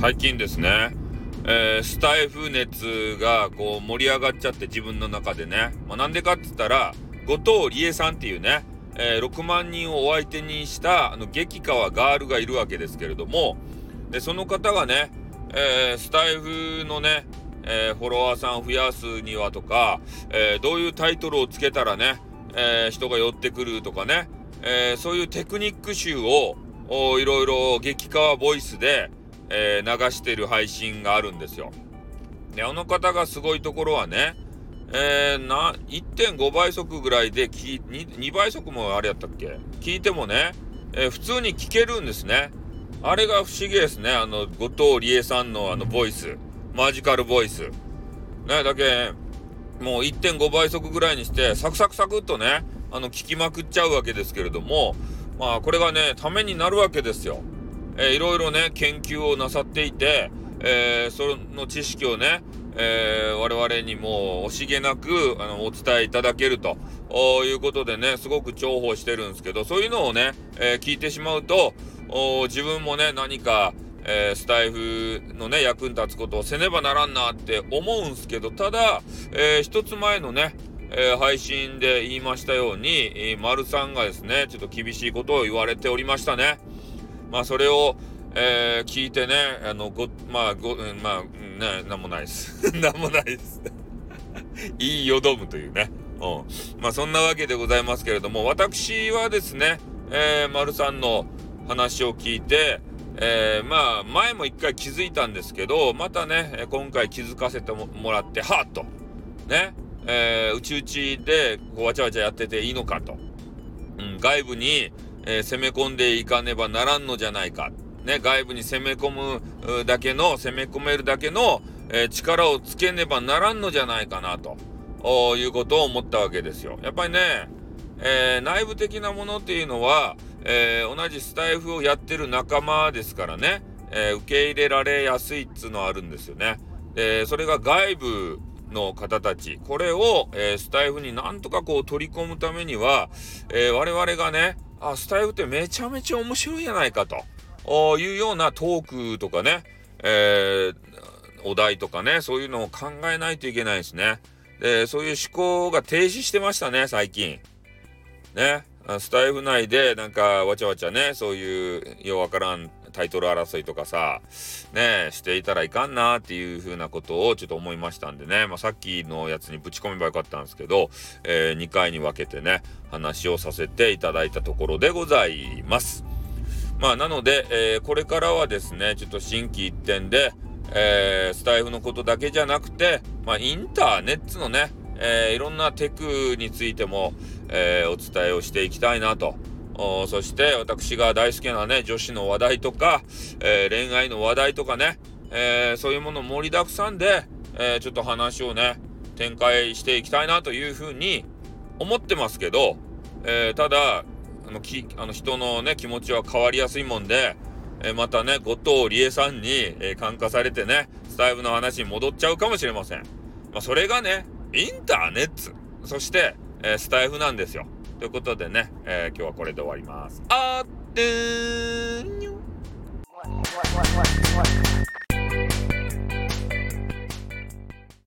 最近ですね、スタイフ熱がこう盛り上がっちゃって自分の中でね、なんでかって言ったら後藤理恵さんっていうね、6万人をお相手にした激川ガールがいるわけですけれども、でその方がね、スタイフのね、フォロワーさんを増やすにはとか、どういうタイトルをつけたらね、人が寄ってくるとかね、そういうテクニック集をいろいろ激川ボイスで、流してる配信があるんですよ。であの方がすごいところはね、1.5 倍速ぐらいで2倍速もあれやったっけ、聞いてもね、普通に聞けるんですね。あれが不思議ですね。後藤理恵さんのボイス、マジカルボイスね、だけもう 1.5 倍速ぐらいにしてサクサクサクっとね聞きまくっちゃうわけですけれども、これがねためになるわけですよ。いろいろね研究をなさっていて、その知識をね、我々にも惜しげなくお伝えいただけるということでね、すごく重宝してるんですけど、そういうのをね、聞いてしまうと自分もね何か、スタイフのね役に立つことをせねばならんなって思うんすけど、ただ、一つ前のね、配信で言いましたように、丸さんがですねちょっと厳しいことを言われておりましたね。それを、聞いてねなんもないですなんもないです言いよどむというね、そんなわけでございますけれども、私はですね、丸さんの話を聞いて、前も一回気づいたんですけど、またね今回気づかせてもらってはっとね、うちうちでこうわちゃわちゃやってていいのかと、外部に、攻め込んでいかねばならんのじゃないかね、外部に攻め込めるだけの、力をつけねばならんのじゃないかなということを思ったわけですよ。やっぱりね、内部的なものっていうのは、同じスタイフをやってる仲間ですからね、受け入れられやすいっつうのはあるんですよね。それが外部の方たち、これを、スタイフになんとかこう取り込むためには、我々がね、スタイフってめちゃめちゃ面白いやないかというようなトークとかね、お題とかね、そういうのを考えないといけないですね。そういう思考が停止してましたね、最近ね。スタイフ内でなんかわちゃわちゃね、そういうようわからんタイトル争いとかさねしていたらいかんなっていう風なことをちょっと思いましたんでね、さっきのやつにぶち込めばよかったんですけど、2回に分けてね話をさせていただいたところでございます。なので、これからはですねちょっと心機一転で、スタイフのことだけじゃなくて、インターネットのね、いろんなテクについても、お伝えをしていきたいなと。そして私が大好きなね女子の話題とか、恋愛の話題とかね、そういうもの盛りだくさんで、ちょっと話をね展開していきたいなというふうに思ってますけど、ただ人のね気持ちは変わりやすいもんで、またね後藤理恵さんに、感化されてねスタイフの話に戻っちゃうかもしれません。それがねインターネット、そして、スタイフなんですよ。ということでね、今日はこれで終わります。あってーにょ